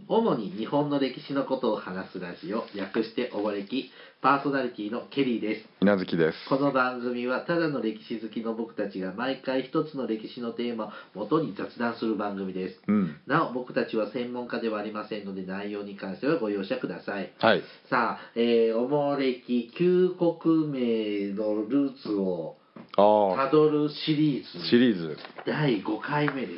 主に日本の歴史のことを話すラジオ、略しておもれき、パーソナリティのケリーです。 稲月です。 この番組はただの歴史好きの僕たちが毎回一つの歴史のテーマをもとに雑談する番組です。なお僕たちは専門家ではありませんので、内容に関してはご容赦ください。 はい。 さあ、おもれき旧国名のルーツをたどるシリーズ第5回目です。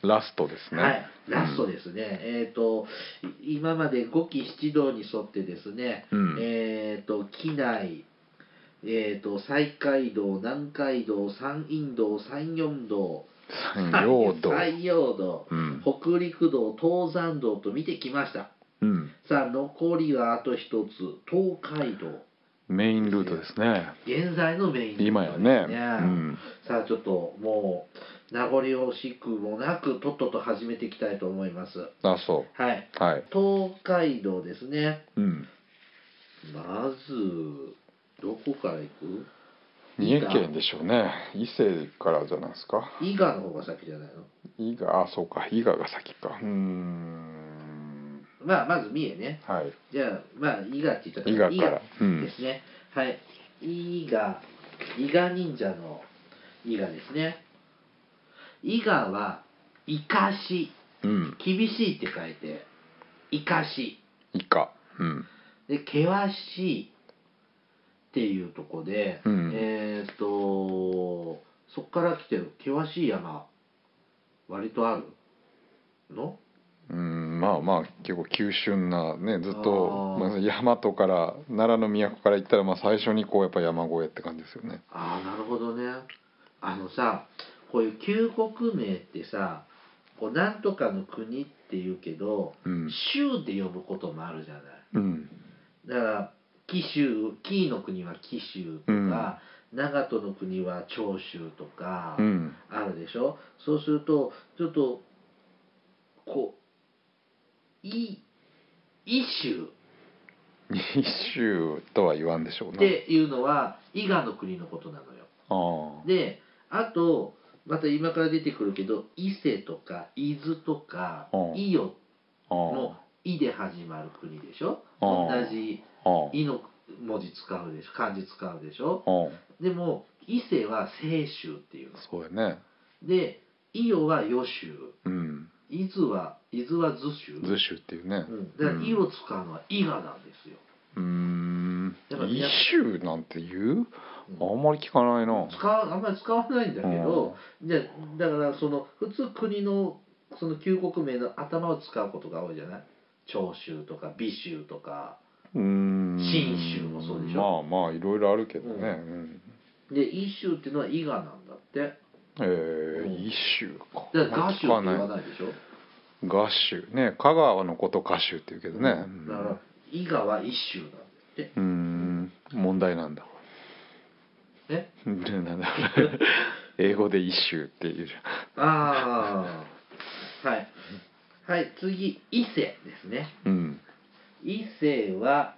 ラストですね。 はい、ラストですね。今まで五期七道に沿ってですね、畿内、西海道、南海道、山陰道、山陽道、山陽道、北陸道、東山道と見てきました。さあ、残りはあと一つ、東海道。 メインルートですね。 現在のメインルートですね。 今やね。 さあ、ちょっともう名残惜しくもなくとっとと始めていきたいと思います。 あ、そう。 はい。東海道ですね。まずどこから行く？ 三重県でしょうね。伊勢からじゃないですか。 伊賀の方が先じゃないの？ 伊賀、あ、そうか。伊賀が先か。 まず三重ね。 はい。 じゃあ伊賀って言ったから伊賀からですね。はい。伊賀忍者の伊賀ですね。伊賀は生かし、厳しいって書いて生かし。 イカ。 で険しいっていうとこで、そっから来てる険しい山割とあるの？ まあ結構急峻なね、ずっと大和から奈良の都から行ったら、最初にこうやっぱ山越えって感じですよね。 なるほどね。さ、こういう旧国名ってさ、こうなんとかの国って言うけど、州で呼ぶこともあるじゃない。だから紀伊の国は紀州とか、長門の国は長州とかあるでしょ。そうするとちょっとこう伊州とは言わんでしょうね。 っていうのは伊賀の国のことなのよ。で、あとまた今から出てくるけど、伊勢とか伊豆とか伊予の「伊」で始まる国でしょ。同じ「伊」の文字使うでしょ、漢字使うでしょ。でも伊勢は清州っていうの。 そうやね。 で伊予は予州。伊豆は図州。 図州っていうね。 だから「伊」を使うのは伊賀なんですよ。 伊州なんて言う？あんまり聞かないな。 あんまり使わないんだけど、だから普通国のその旧国名の頭を使うことが多いじゃない。長州とか美州とか信州もそうでしょ。 まあいろいろあるけどね。 で伊州っていうのは伊賀なんだって。 伊州か。 だから賀州って言わないでしょ。 賀州ね、香川のこと賀州って言うけどね。 だから伊賀は一州なんだって。 問題なんだ。なんだ英語で一州っていうじゃん。 はい、次伊勢ですね。伊勢は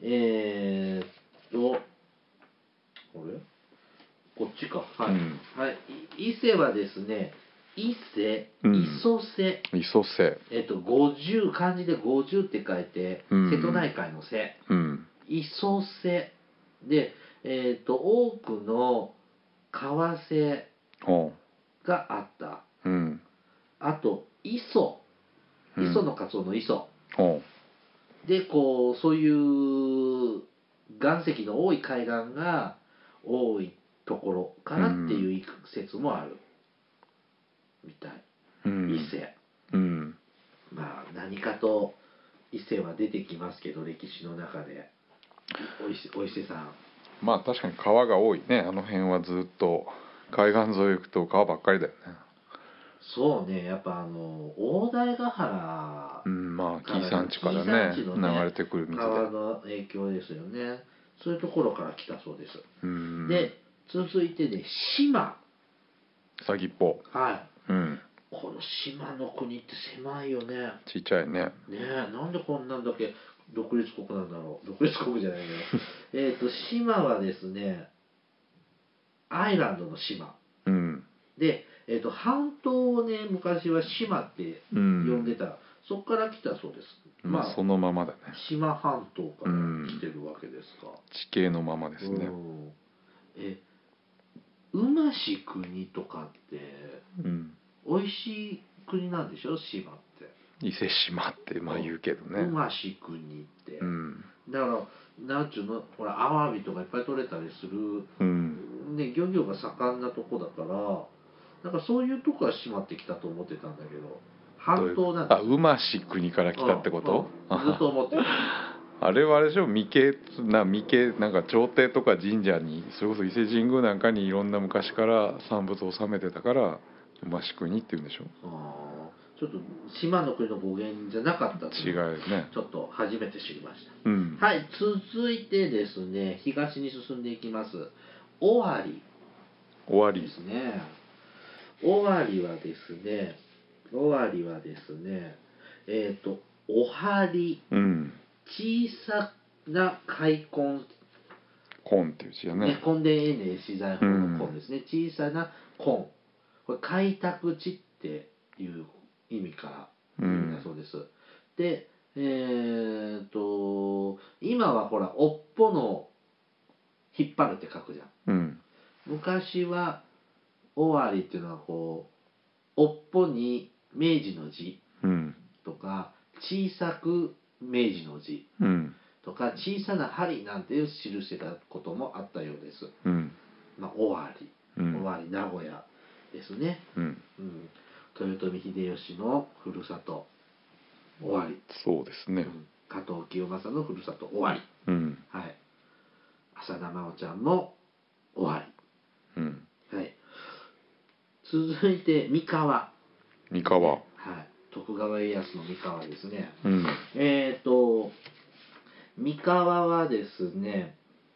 こっちか。伊勢はですね、伊勢、磯瀬、50、漢字で50って書いて、瀬戸内海の瀬、磯瀬で、多くの為替があった。あと磯のカツオの磯で、そういう岩石の多い海岸が多いところからっていう説もあるみたい。伊勢。何かと伊勢は出てきますけど、歴史の中で。お伊勢さん。 確かに川が多いね。あの辺はずっと海岸沿い行くと川ばっかりだよね。 そうね、やっぱ大台ヶ原、 紀伊山地からね流れてくる水で川の影響ですよね。そういうところから来たそうです。で、続いてね、島。 先っぽ。 この島の国って狭いよね。 ちっちゃいね。 なんでこんなんだけ独立国なんだろう。独立国じゃないけど島はですね、アイランドの島。で、半島をね、昔は島って呼んでた。そこから来たそうです。 まあそのままだね。 志摩半島から来てるわけですか。 地形のままですね。 馬し国とかって、美味しい国なんでしょ、島って。 伊勢志摩ってまあ言うけどね。 馬し国って、だからなんちゅうの、ほらアワビとかいっぱい取れたりする、ね、漁業が盛んなとこだから、なんかそういうとこは島ってきたと思ってたんだけど、半島なんですよ。 馬し国から来たってこと？ ずっと思ってる。 あれはあれでしょ、未系なんか朝廷とか神社に、それこそ伊勢神宮なんかにいろんな昔から産物を納めてたから馬し国っていうんでしょ。 ちょっと島の国の語源じゃなかったと。 違うね。 ちょっと初めて知りました。はい、続いてですね、東に進んでいきます。尾張ですね。尾張はですね、お針、小さな開墾、 根っていう字やね。 根で資材法の根ですね。小さな根、これ開拓地っていう意味から意味だそうです。で、今はほら尾っぽの引っ張るって書くじゃん。昔は尾張っていうのはこう尾っぽに明治の字とか、小さく明治の字とか、小さな針なんて記してたこともあったようです。まあ尾張、名古屋ですね。豊臣秀吉のふるさと尾張。 そうですね。 加藤清正のふるさと尾張。はい。浅田真央ちゃんも尾張。はい。続いて三河。はい。徳川家康の三河ですね。三河はですね、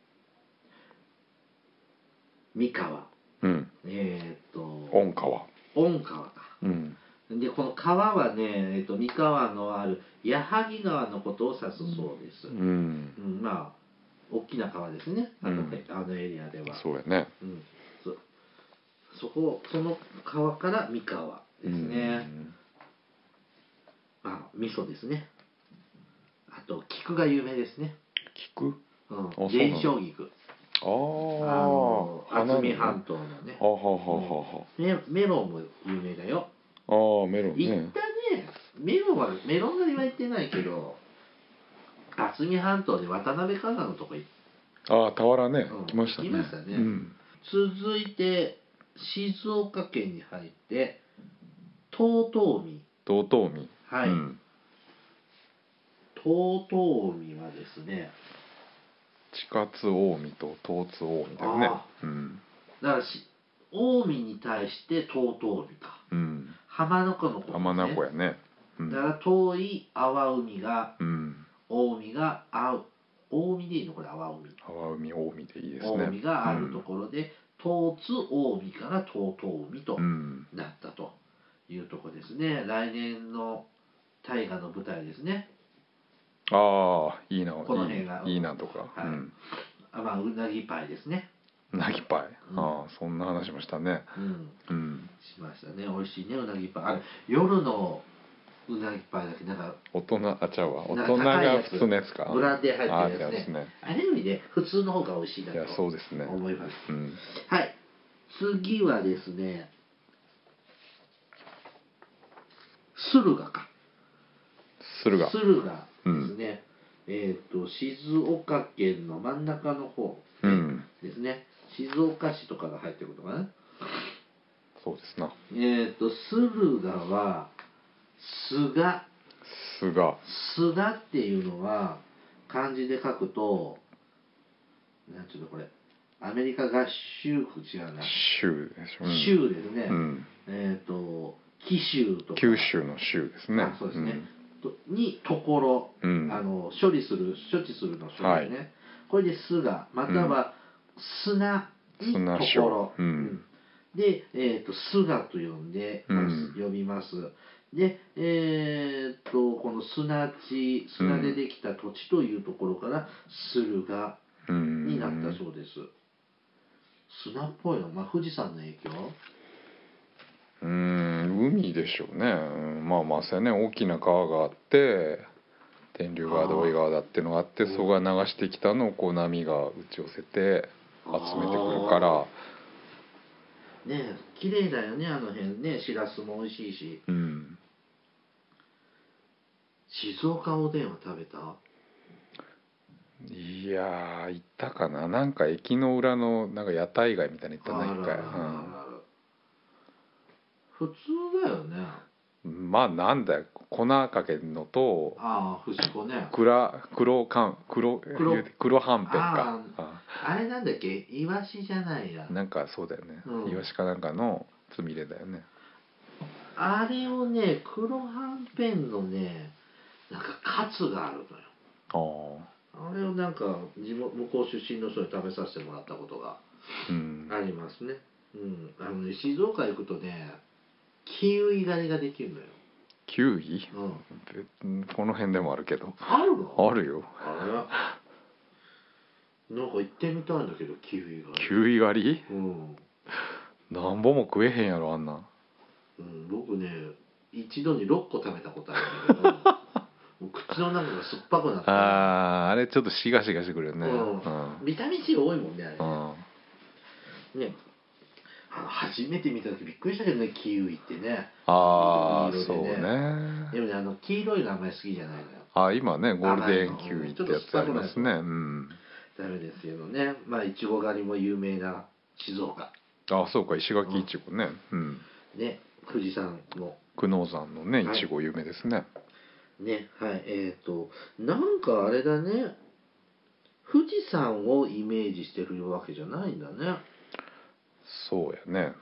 御川。 御川。 御川か。で、この川はね、三河のある矢作川のことを指すそうです。まあ、大きな川ですね。あのエリアでは。 そうやね。 その川から三河ですね。味噌ですね。あと菊が有名ですね。 菊？ 伝承菊。渥美半島のね。メロンも有名だよ。 メロンね。 行ったね。メロン狩りは行ってないけど、渥美半島で渡辺香奈のとこ行った。 俵ね、来ましたね。 続いて静岡県に入って遠江。はい。遠江はですね、 地下津近江と東津近江だよね。 だから近江に対して遠江か。浜名湖のことですね。 浜名湖やね。 だから遠い阿波海が、近江が近江でいいのこれ、阿波海。 近江でいいですね。 近江があるところで、東津近江から遠江となったというところですね。来年の大河の舞台ですね。 いいな。 この辺がいいなとか。 うなぎパイですね。 うなぎパイ。そんな話もしたね。 しましたね。美味しいね、うなぎパイ。夜のうなぎパイだけなんか大人が普通のやつか。 ブランデー入ってるやつね。あれよりね、普通の方が美味しいなと思います。はい。次はですね、駿河か。駿河ですね。静岡県の真ん中の方ですね。静岡市とかが入ってることかな。 そうですな。 駿河は菅っていうのは漢字で書くと、なんちゅうのこれ、アメリカ合衆国違うな。 州でしょ。 州ですね。紀州とか。 九州の州ですね。 そうですね。にところ、処置するの処ですね。これで菅、または砂にところ。で、菅と呼びます。で、この砂でできた土地というところから駿河になったそうです。砂っぽいの、富士山の影響？ 海でしょうね。そうやね、大きな川があって、 天竜川だ大井川だっていうのがあって、そこが流してきたのをこう波が打ち寄せて集めてくるから。 ねえ綺麗だよねあの辺ね。しらすも美味しいし。 うん。 静岡おでんは食べた？ いや行ったかな。なんか駅の裏のなんか屋台街みたいに行ったね一回。 普通だよね。 まあなんだよ粉かけるのと、 ふしこね。 黒はんぺんか。 あれなんだっけ、イワシじゃないや。 なんかそうだよね、イワシかなんかのつみれだよね。 あれをね、黒はんぺんのね、なんかカツがあるのよ。あれをなんか向こう出身の人に食べさせてもらったことがありますね。静岡行くとね、キウイ狩りができるのよ。 キウイ？この辺でもあるけど。 あるの？ あるよ。 なんか行ってみたいんだけど、キウイ狩り。 キウイ狩り？なんぼも食えへんやろあんな。 僕ね、一度に6個食べたことあるんだけどもう口の中が酸っぱくなって。 あれちょっとシガシガしてくるよね。 ビタミン C 多いもんねあれね。初めて見た時びっくりしたけどね、キウイってね。 そうね。 でもね、黄色いのあんまり好きじゃないのよ。 今ねゴールデンキウイってやつありますね。 ダメですけどね。いちご狩りも有名な静岡。 そうか、石垣いちごね。 ね、富士山の久能山のねいちご有名ですね。 ね、なんかあれだね、富士山をイメージしてるわけじゃないんだね。 そうやね。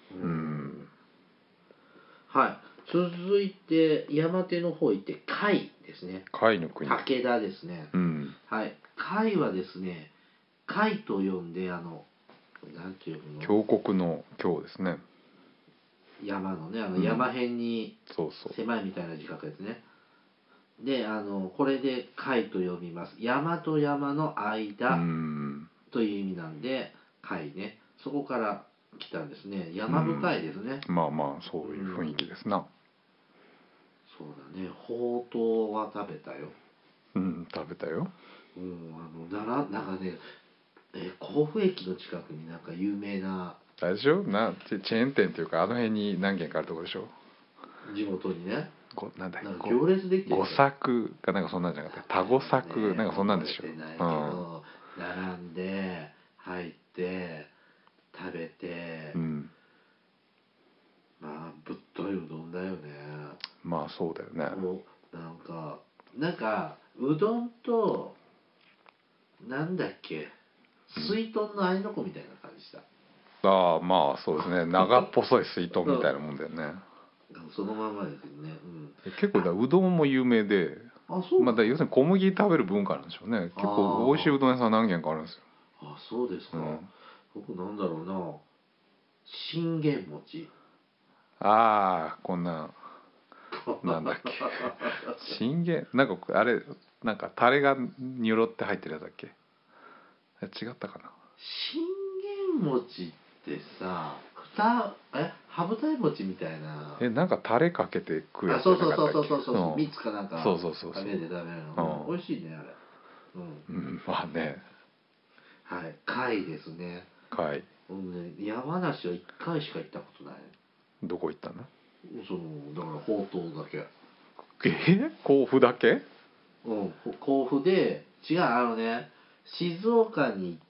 はい。続いて山手の方行って甲斐ですね。 甲斐の国。 武田ですね。はい。甲斐はですね、甲斐と呼んでなんていうの？ 峡谷の峡ですね。 山のね山辺に狭いみたいな字書くやつね。でこれで甲斐と呼びます。山と山の間という意味なんで甲斐ね。そこから来たんですね。山深いですね。 まあまあそういう雰囲気ですな。 そうだね。ほうとうは食べたよ。 食べたよ。 なんかね、甲府駅の近くになんか有名なあれでしょ、チェーン店っていうかあの辺に何軒かあるとこでしょ。 地元にね。 なんだっけ、 行列できてる。 五作かなんかそんなんじゃなくて田五作なんかそんなんでしょ。 並んで入って食べて、まあぶっというどんだよね。 まあそうだよね。 なんかうどんとなんだっけ、水豚のあいの子みたいな感じした。 まあそうですね。長っぽそい水豚みたいなもんだよね。 そのままですよね。 結構うどんも有名で、要するに小麦食べる文化なんでしょうね。結構美味しいうどん屋さん何軒かあるんですよ。 そうですか。僕なんだろうな、信玄餅。 こんななんだっけ信玄なんかあれなんかタレがにょろって入ってるやつだっけ。違ったかな。 信玄餅ってさ、羽二重餅みたいな。 なんかタレかけて食うやつ。 そう蜜かなんかそう食べて食べるの、美味しいねあれ。 まあね。 はい、貝ですね。 貝。 山梨は1回しか行ったことない。 どこ行ったの？ だからほうとうだけ。 甲府だけ？ 甲府で違う静岡に行って、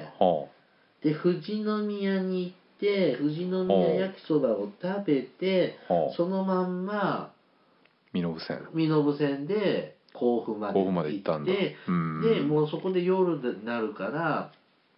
で富士宮に行って富士宮焼きそばを食べて、そのまんま身延線で甲府まで行ったんだ。でもうそこで夜になるから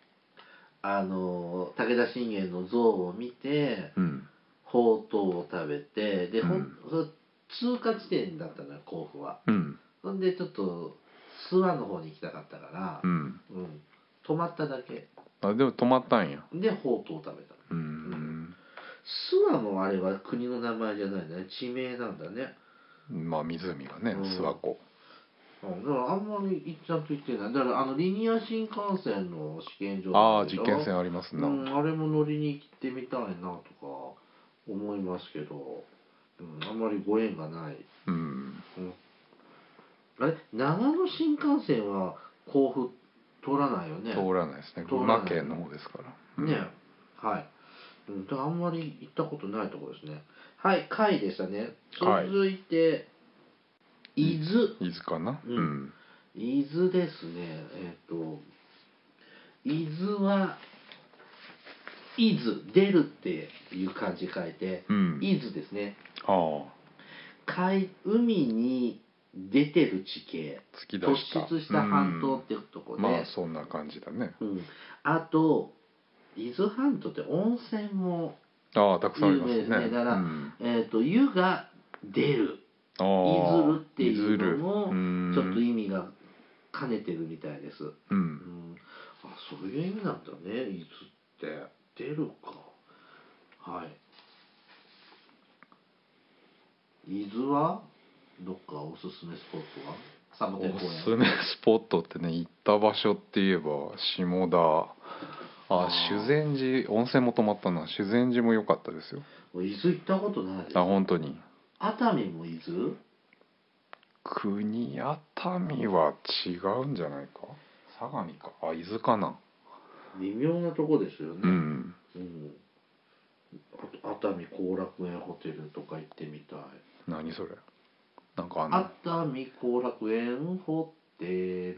武田信玄の像を見て、ほうとうを食べて、で通過地点だったのよ甲府は。そんでちょっと諏訪の方に行きたかったから、泊まっただけ。 でも泊まったんや。 でほうとうを食べた。諏訪もあれは国の名前じゃないね、地名なんだね。 まあ湖がね、諏訪湖。 だからあんまりちゃんと行ってない。だからリニア新幹線の試験場でしょ。 実験線ありますな。 あれも乗りに行ってみたいなとか思いますけど、あんまりご縁がない。 あれ長野新幹線は甲府通らないよね。 通らないですね。群馬県の方ですから。 ね、はい。あんまり行ったことないところですね。はい、甲斐でしたね。続いて、伊豆。 伊豆かな。 伊豆ですね。伊豆は、伊豆、出るっていう漢字書いて、伊豆ですね。海に出てる地形、突出した半島っていうところで、 まあそんな感じだね。 あと伊豆半島って温泉もたくさんありますね。 だから、湯が出る、いずるっていうのもちょっと意味が兼ねてるみたいです。そういう意味なんだね、伊豆って出るか。はい。伊豆はどっかおすすめスポットは？サボテン公園。 おすすめスポットってね、行った場所って言えば下田。修善寺、温泉も泊まったな。修善寺も良かったですよ。 伊豆行ったことないです。 本当に。 熱海も伊豆？ 国熱海は違うんじゃないか。相模か。伊豆かな。 微妙なとこですよね。熱海後楽園ホテルとか行ってみたい。 何それ。なんかあんの？ 熱海後楽園ホテルって。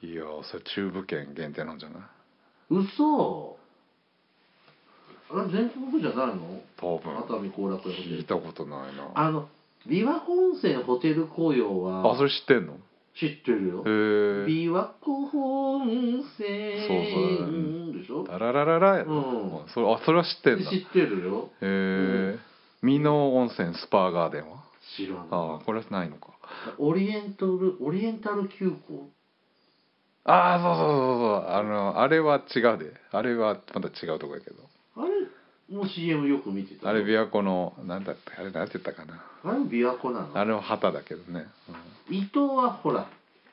いやそれ中部圏限定なんじゃない？ 嘘。あれ全国じゃないの？ 多分。 熱海後楽園ホテル。 聞いたことないな。 琵琶湖温泉ホテル紅葉は。 それ知ってんの？ 知ってるよ。琵琶湖温泉。 そうでしょ。 ダララララや。それは知ってんだ。 知ってるよ。 美濃温泉スパーガーデンは？ 知らない。 これはないのか。 オリエンタル急行。 そう。あれは違うで。あれはまた違うとこやけど。 あれも CM よく見てた。 あれ琵琶湖のなんて言ったかな。 あれ琵琶湖なの？ あれは旗だけどね。 伊東はほら。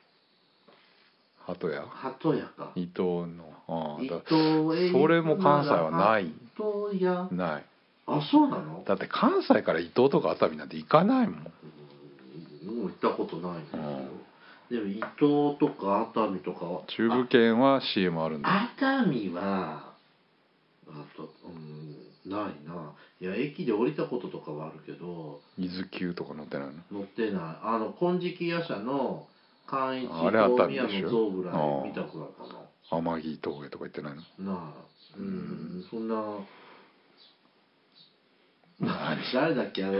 鳩屋か。伊東の。 伊東へ。 それも関西はない。 鳩屋。 ない。 そうなの？ だって関西から伊東とか熱海なんて行かないもん。 もう行ったことないんですよ。でも伊東とか熱海とかは。 中部圏は CM あるんだ。 熱海はないな。いや駅で降りたこととかはあるけど。 伊豆急とか乗ってないの？ 乗ってない。金色夜叉の寛一と宮の像ぐらい見たくらいかな。 天城峠とか行ってないの？ そんな。誰だっけ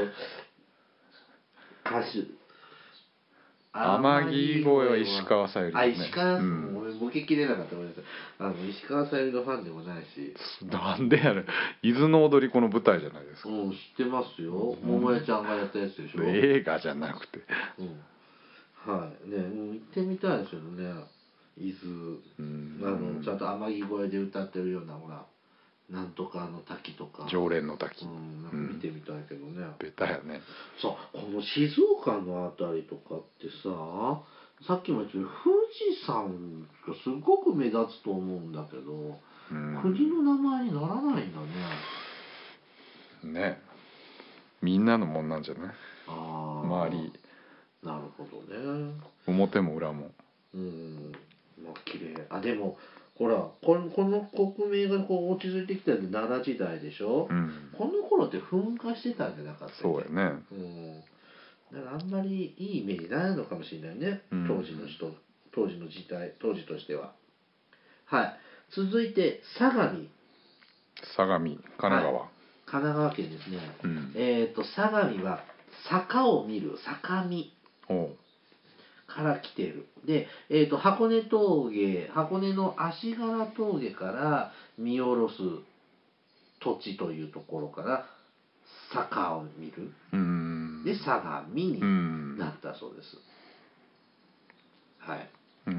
歌手。 天城越えは石川さゆりだね。 石川さゆり、俺ボケきれなかった。石川さゆりのファンでもないし。 なんでやる。伊豆の踊り子の舞台じゃないですか。 知ってますよ。桃江ちゃんがやったやつでしょ。 映画じゃなくて。 はいね、行ってみたいですよね。伊豆。ちゃんと天城越えで歌ってるようなほら。なんとかの滝とか常連の滝、 見てみたいけどね。 ベタやね。 さこの静岡のあたりとかってさっきも言ったように富士山がすごく目立つと思うんだけど、国の名前にならないんだね。 ね、みんなのもんなんじゃない？周り。 なるほどね。 表も裏も。 綺麗。でもほらこの国名が落ち着いてきたので奈良時代でしょ。この頃って噴火してたんじゃなかったっけ？ そうやね。 だからあんまりいいイメージないのかもしれないね。当時の時代、当時としては。はい。続いて相模、 神奈川。 神奈川県ですね。相模は坂を見る坂見から来てる。で、箱根の足柄峠から見下ろす土地というところから坂を見る。で、相模になったそうです。はい。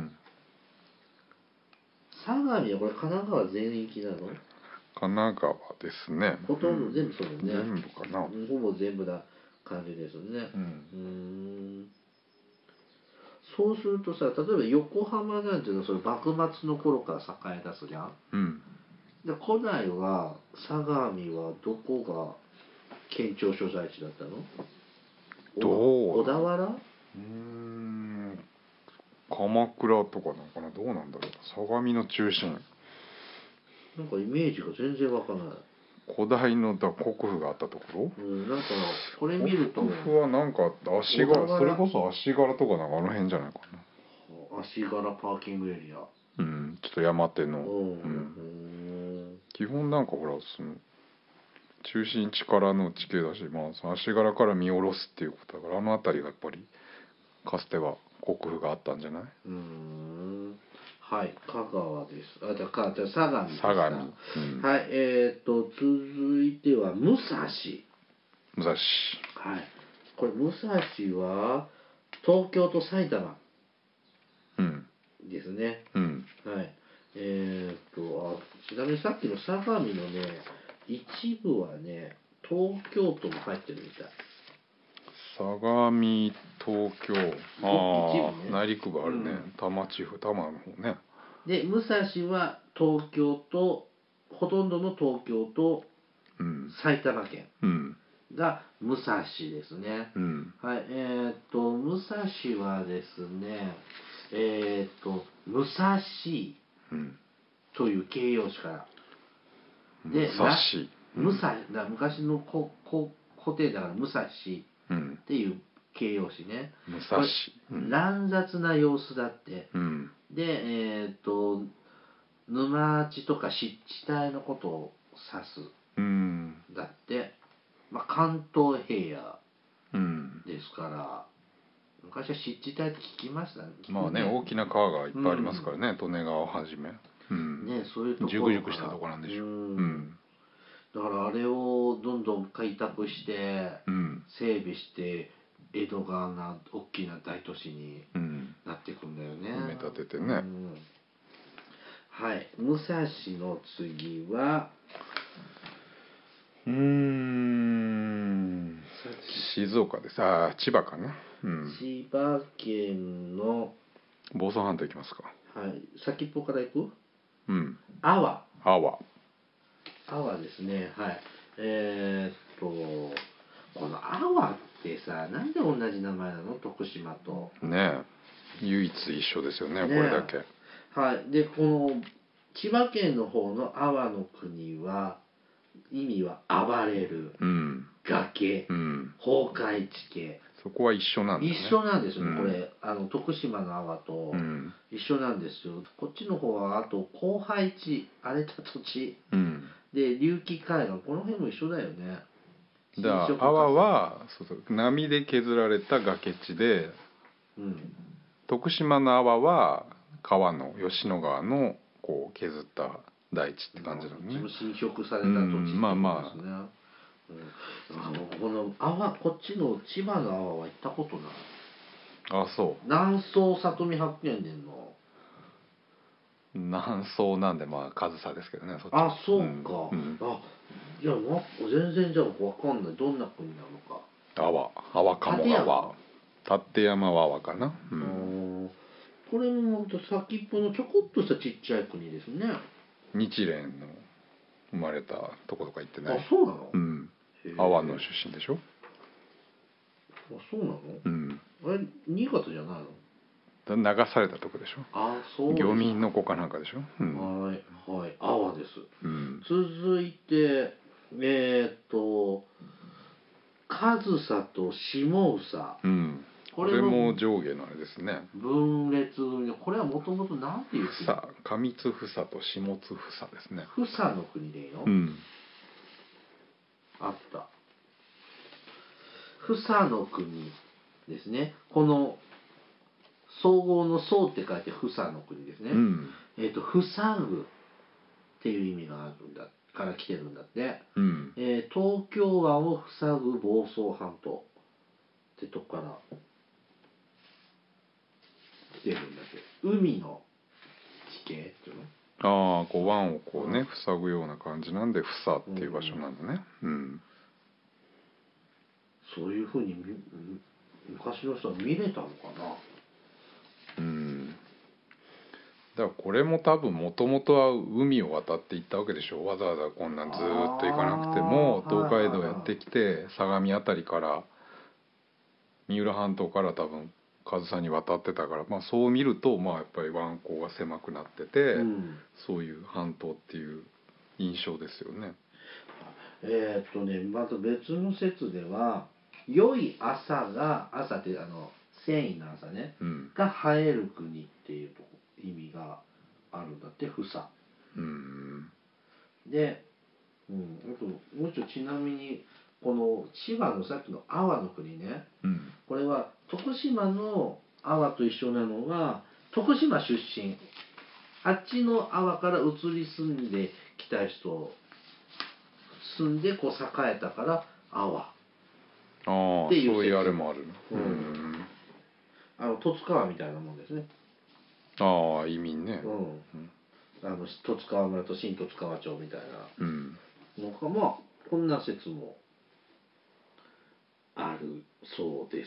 相模はこれ神奈川全域なの？ 神奈川ですね。 ほとんど全部そうだね。 全部かな。 ほぼ全部な感じですね。そうするとさ、例えば横浜なんていうのはそれ幕末の頃から栄え出すじゃん。で古代は相模はどこが県庁所在地だったの？小田原？ 鎌倉とかなのかな、どうなんだろう。相模の中心、 なんかイメージが全然わからない。 古代の国府があったところ、 なんかこれ見ると国府はなんか足柄、それこそ足柄とかなんかあの辺じゃないかな。足柄パーキングエリア、 な。ちょっと山手の、基本なんかほらその中心地からの地形だし、まあその足柄から見下ろすっていうことだから、あの辺りがやっぱりかつては国府があったんじゃない？ はい、香川です。じゃあ相模ですか。 相模、 はい、続いては武蔵。 武蔵、 はい、これ武蔵は東京と埼玉ですね。はい。ちなみにさっきの相模のね、一部はね、東京都も入ってるみたい。 相模、東京、 一部ね、 内陸部あるね、多摩地方、多摩の方ね。で武蔵は東京と、ほとんどの東京と埼玉県が武蔵ですね。はい、武蔵はですね、武蔵という形容詞から。で、武蔵だ、昔の古典だから武蔵っていう形容詞ね。 武蔵、 乱雑な様子だって。で、沼地とか湿地帯のことを指す。だって。まあ、関東平野ですから、昔は湿地帯って聞きましたね。 まあね、大きな川がいっぱいありますからね、利根川をはじめ。 ね、そういうところからじゅくじゅくしたとこなんでしょう。 だからあれをどんどん開拓して、整備して江戸川が大きな大都市になっていくんだよね。 埋め立ててね。 はい、武蔵の次は静岡です。千葉かな。 千葉県の房総半島行きますか。 はい、先っぽから行く？ 阿波ですね。はい。この阿波ってさ、なんで同じ名前なの？徳島と。 ねえ、唯一一緒ですよね、これだけ。 はい。で、この千葉県の方の阿波の国は、意味は暴れる、崖、崩壊地形。 そこは一緒なんですね。 一緒なんですよね、これ徳島の阿波と一緒なんですよ。こっちの方はあと荒廃地、荒れた土地、で隆起海岸、この辺も一緒だよね。 だから阿波は波で削られた崖地で、徳島の阿波は川の吉野川のこう削った大地って感じだね。 侵食された土地ってことですね。この阿波、こっちの千葉の阿波は行ったことない。 あ、そう。 南総里見八犬伝の南総なんでまあ上総ですけどね、そっち。 あ、そうか。じゃあ全然じゃあ分かんない。どんな国なのか。 阿波鴨川、立山は阿波かな。 これも先っぽのちょこっとしたちっちゃい国ですね。 日蓮の生まれたとことか行ってない？ あ、そうなの？ 阿波の出身でしょ。 あ、そうなの？あれ新潟じゃないの？ 流されたとこでしょ。 あ、そう。 漁民の子かなんかでしょ。 はいはい、阿波です。続いて上総と下総。 これも上下のあれですね。 分裂組のこれはもともとなんていう国？ 上津房と下津房ですね。 房の国でいいの？あった。房の国ですね。この総合の総って書いて房の国ですね。塞ぐっていう意味があるんだから来てるんだって。東京湾を塞ぐ房総半島ってとこから来てるんだけど、海の地形っていうの？ こう湾をこうね塞ぐような感じなんで房っていう場所なんだね。 そういうふうに昔の人は見れたのかな。 だからこれも多分もともとは海を渡って行ったわけでしょ。わざわざこんなんずっと行かなくても東海道やってきて相模辺りから三浦半島から多分上総に渡ってたから、まあ、そう見ると、まあ、やっぱり湾口が狭くなってて、そういう半島っていう印象ですよね。 また別の説では良い朝って繊維の朝ね、が生える国っていう意味があるんだって、房。で、あともう一度ちなみにこの千葉のさっきの阿波の国ね、これは徳島の阿波と一緒なのが徳島出身、あっちの阿波から移り住んできた人住んでこう栄えたから阿波っていう、 そういうあれもある。 十津川みたいなもんですね。 移民ね。 十津川村と新十津川町みたいなのか、まあこんな説もあるそうです。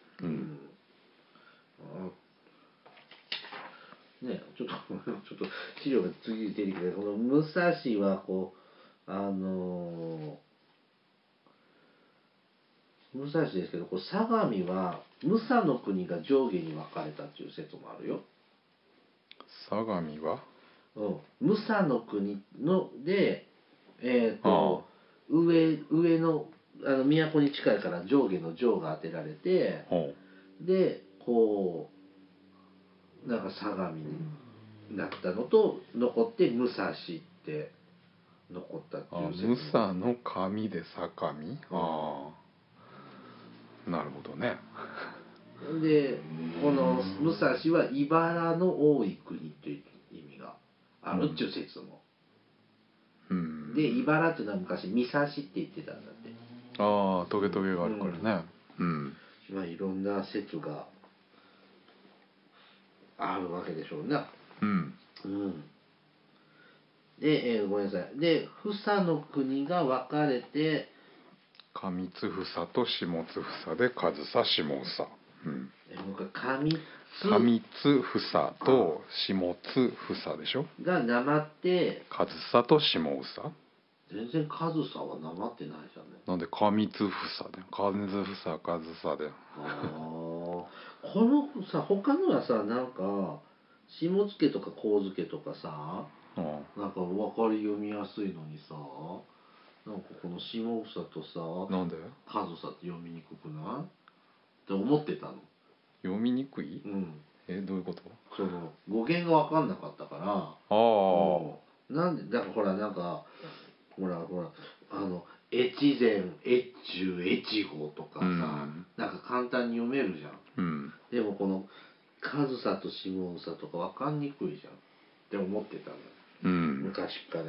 ね、ちょっと資料が次に出てきて、この武蔵はこう武蔵ですけど、こう相模は武蔵の国が上下に分かれたっていう説もあるよ。 相模は？ 武蔵の国ので、上の都に近いから上下の上が当てられて、でこうなんか相模になったのと残って武蔵って残ったっていう説も。 武蔵の神で相模。なるほどね。 でこの武蔵は茨の多い国という意味があるっていう説も。で茨っていうのは昔三差しって言ってたんだって。 トゲトゲがあるからね。 まあいろんな説があるわけでしょうね。で、ごめんなさい。で房の国が分かれて上津房と下津房で上総下総。上津房と下津房でしょがなまって上総と下総。 全然上総はなまってないじゃんね。 なんで上津房で上津房上総で。 このさ他のはさなんか下野とか上野とかさ、なんか分かり読みやすいのにさ、なんかこの下総とさなんで上総って読みにくくないって思ってたの。 読みにくい？どういうこと？ その語源が分かんなかったから。なんでだからほらなんかほら越前越中越後とかさ、なんか簡単に読めるじゃん。でもこの上総と下総とか分かんにくいじゃんって思ってたの、昔から。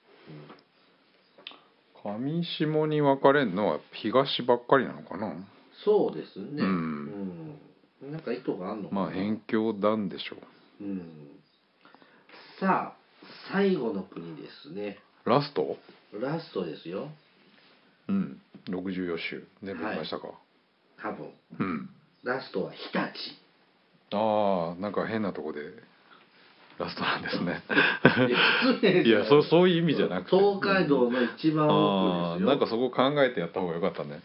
上下に分かれるのは東ばっかりなのかな。 そうですね。なんか意図があるのかな。 まあ辺境なんでしょう。 さあ最後の国ですね。 ラストですよ。 64州全部見ましたか？ 多分。ラストは日立。 なんか変なとこでラストなんですね。いやそういう意味じゃなくて東海道の一番奥ですよ。 なんかそこ考えてやった方がよかったね。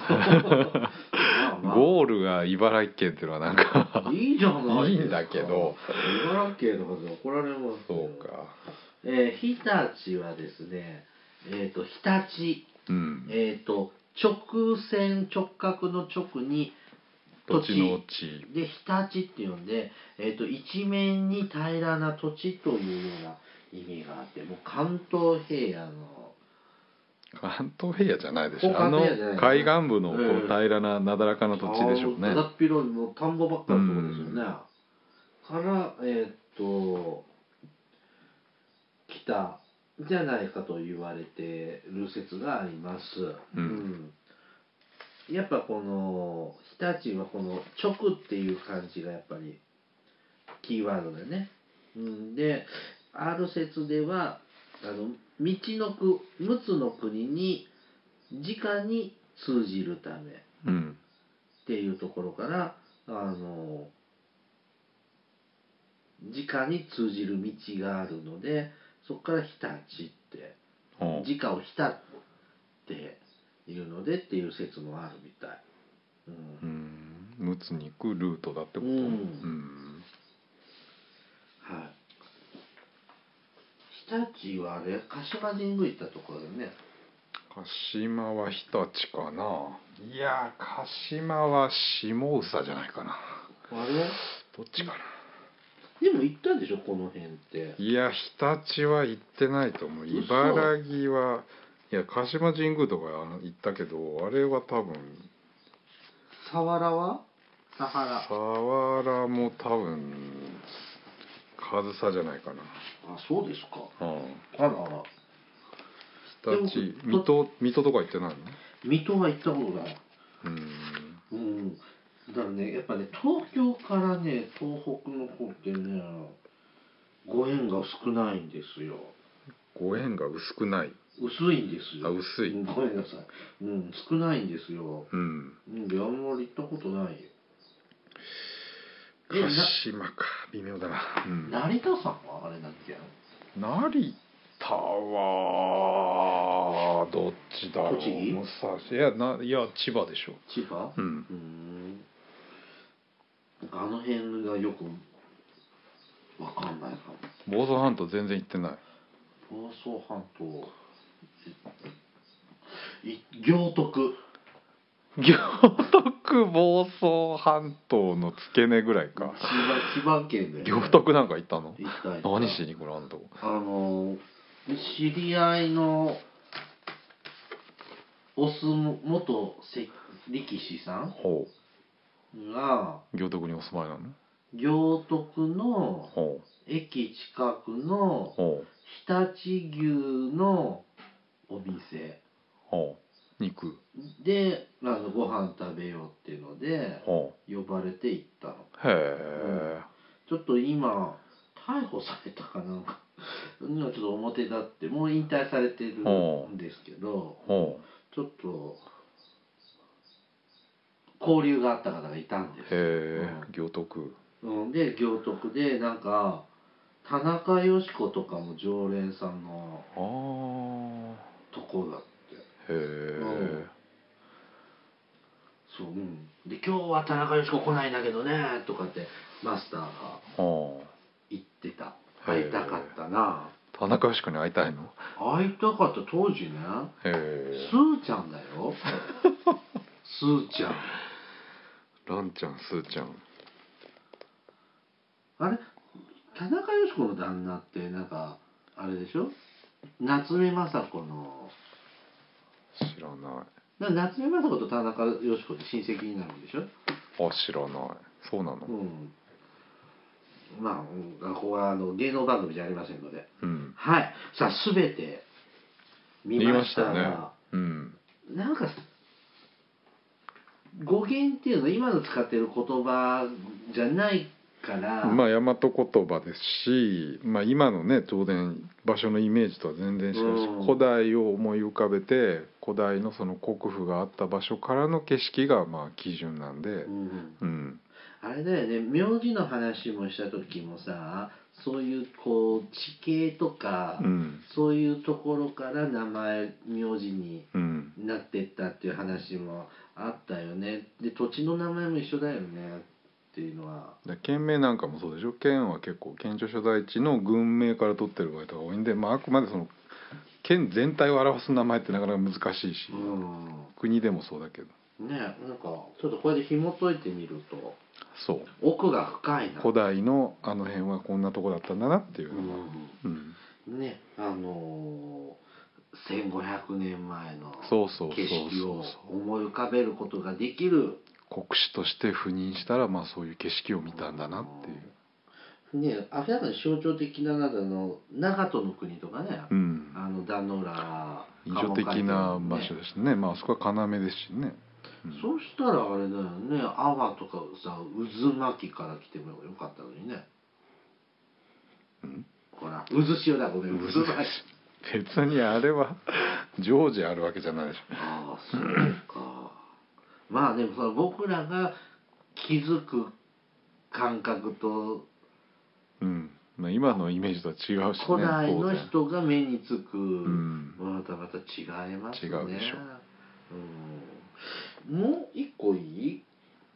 ゴールが茨城県っていうのはなんかいいじゃないいいんだけど、 茨城県の方で怒られます。 そうか。 日立はですね、日立、直線直角の直に土地の地で日立って呼んで、一面に平らな土地というような意味があって、もう関東平野の関東平野じゃないでしょ。海岸部のこう平らななだらかな土地でしょうね。 だっ広いもう田んぼばっかりのとこですよね。から北じゃないかと言われてる説があります。やっぱこの日立はこの直っていう漢字がやっぱりキーワードでね。である説では陸奥の国に直に通じるためっていうところから直に通じる道があるので、そこから日立って直を日立っていうのでっていう説もあるみたい。 陸奥に行くルートだってこと。 はい。日立はあれ鹿島神宮行ったところだよね。 鹿島は日立かな。いや鹿島は下総じゃないかな。 あれどっちかな。 でも行ったでしょこの辺って。 いや日立は行ってないと思う。茨城はいや鹿島神宮とか行ったけど、あれは多分佐原は佐原も多分上総じゃないかな。 あ、そうですか。あらあら。 日立、水戸とか行ってないの？ 水戸は行ったことない。だからね、やっぱね、東京からね、東北の方ってね、ご縁が少ないんですよ。 ご縁が薄くない？ 薄いんですよ。 あ、薄い。 ごめんなさい。少ないんですよ。で、あんまり行ったことないよ。 鹿島か、微妙だな。 成田山はあれなんけ？ 成田はどっちだろう。 栃木？ 武蔵いや千葉でしょ。 千葉？あの辺がよくわかんないかも。 房総半島全然行ってない。 房総半島行徳房総半島の付け根ぐらいか。 千葉県で、ね、 行徳なんか行ったの？ 行った。 何しに来らんと。 知り合いの元力士さんが行徳にお住まいなの？ 行徳の駅近くの常陸牛のお店肉でご飯食べようっていうので呼ばれて行ったの。ちょっと今逮捕されたかなんか今ちょっと表立ってもう引退されてるんですけど、ちょっと交流があった方がいたんです。 行徳。 で行徳でなんか田中佳子とかも常連さんのとこだって。そう、で今日は田中佳子来ないんだけどねとかってマスターが言ってた。会いたかったな。 田中佳子に会いたいの？ 会いたかった。当時ね、スーちゃんだよ。スーちゃん、 ランちゃん、スーちゃん。 あれ田中佳子の旦那ってなんかあれでしょ、夏目雅子の。 知らない。 夏目雅子と田中佳子って親戚になるんでしょ？ あ、知らない。そうなの？ まあここは芸能番組じゃありませんので、はい。さあ全て見ましたが、なんか語源っていうのは今の使ってる言葉じゃないから、 まあ大和言葉ですし、今のね当然場所のイメージとは全然違うし、古代を思い浮かべて古代のその国府があった場所からの景色が基準なんで、 あれだよね、名字の話もした時もさ、そういうこう地形とか、そういうところから名前名字になってったっていう話もあったよね。で土地の名前も一緒だよねっていうのは。 県名なんかもそうでしょ。県は結構県庁所在地の郡名から取ってる場合が多いんで、あくまでその県全体を表す名前ってなかなか難しいし、国でもそうだけどね。なんかちょっとこれで紐解いてみると、 そう奥が深いな。 古代のあの辺はこんなとこだったんだなっていうのが、 ね、1500年前の景色を思い浮かべることができる。 国史として赴任したらそういう景色を見たんだなっていう。 ね、明らかに象徴的な長門の国とかね、壇ノ浦印象的な場所ですね。あそこは要ですしね。 そうしたらあれだよね、阿波とかさ、渦巻きから来てもよかったのにね。ほら、渦潮だ、ごめん、渦巻き。 別にあれは常時あるわけじゃないでしょ。 ああ、そうか。でもその僕らが気づく感覚と、 今のイメージとは違うしね。 古代の人が目につくまた違いますね。 違うでしょ。 もう一個いい？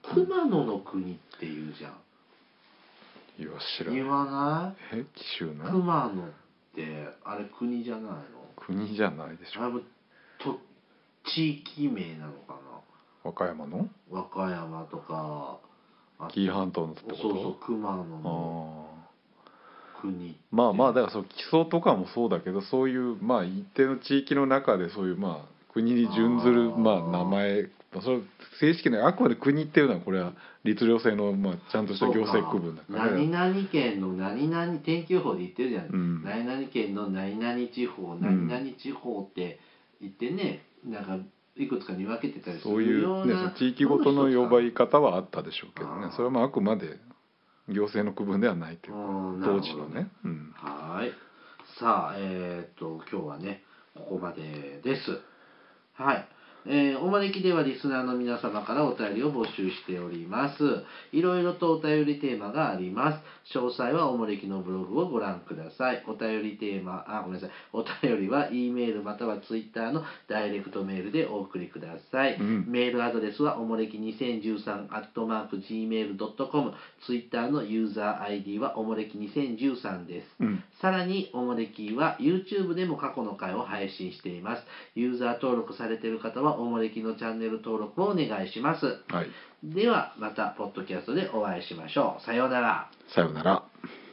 熊野の国っていうじゃん。 言わ知らない。 言わない？ 紀州の熊野ってあれ国じゃないの？ 国じゃないでしょ。 あれと地域名なのかな。 和歌山の？ 和歌山とか紀伊半島のってこと？ そうそう、熊野の国。 まあまあだからその基礎とかもそうだけど、そういうまあ一定の地域の中でそういうまあ国に準ずるまあ名前、それ正式なあくまで国っていうのはこれは律令制のまあちゃんとした行政区分だから、 何々県の何々天気予報で言ってるじゃん、何々県の何々地方、何々地方って言ってね、なんかいくつかに分けてたりするような、 そういうね、地域ごとの呼ばれ方はあったでしょうけどね、それはまああくまで行政の区分ではないというか、当時のね。 はい。さあ、今日はねここまでです。はい。お招きではリスナーの皆様からお便りを募集しております。いろいろとお便りテーマがあります。詳細はお招きのブログをご覧ください。お便りテーマ、ごめんなさい。お便りは E メールまたは Twitter のダイレクトメールでお送りください。メールアドレスはおもれき2013 @gmail.com、Twitter のユーザー ID はおもれき2013です。さらにおもれきは YouTube でも過去の回を配信しています。ユーザー登録されている方はおもれきのチャンネル登録をお願いします。ではまたポッドキャストでお会いしましょう。さようなら。 さようなら。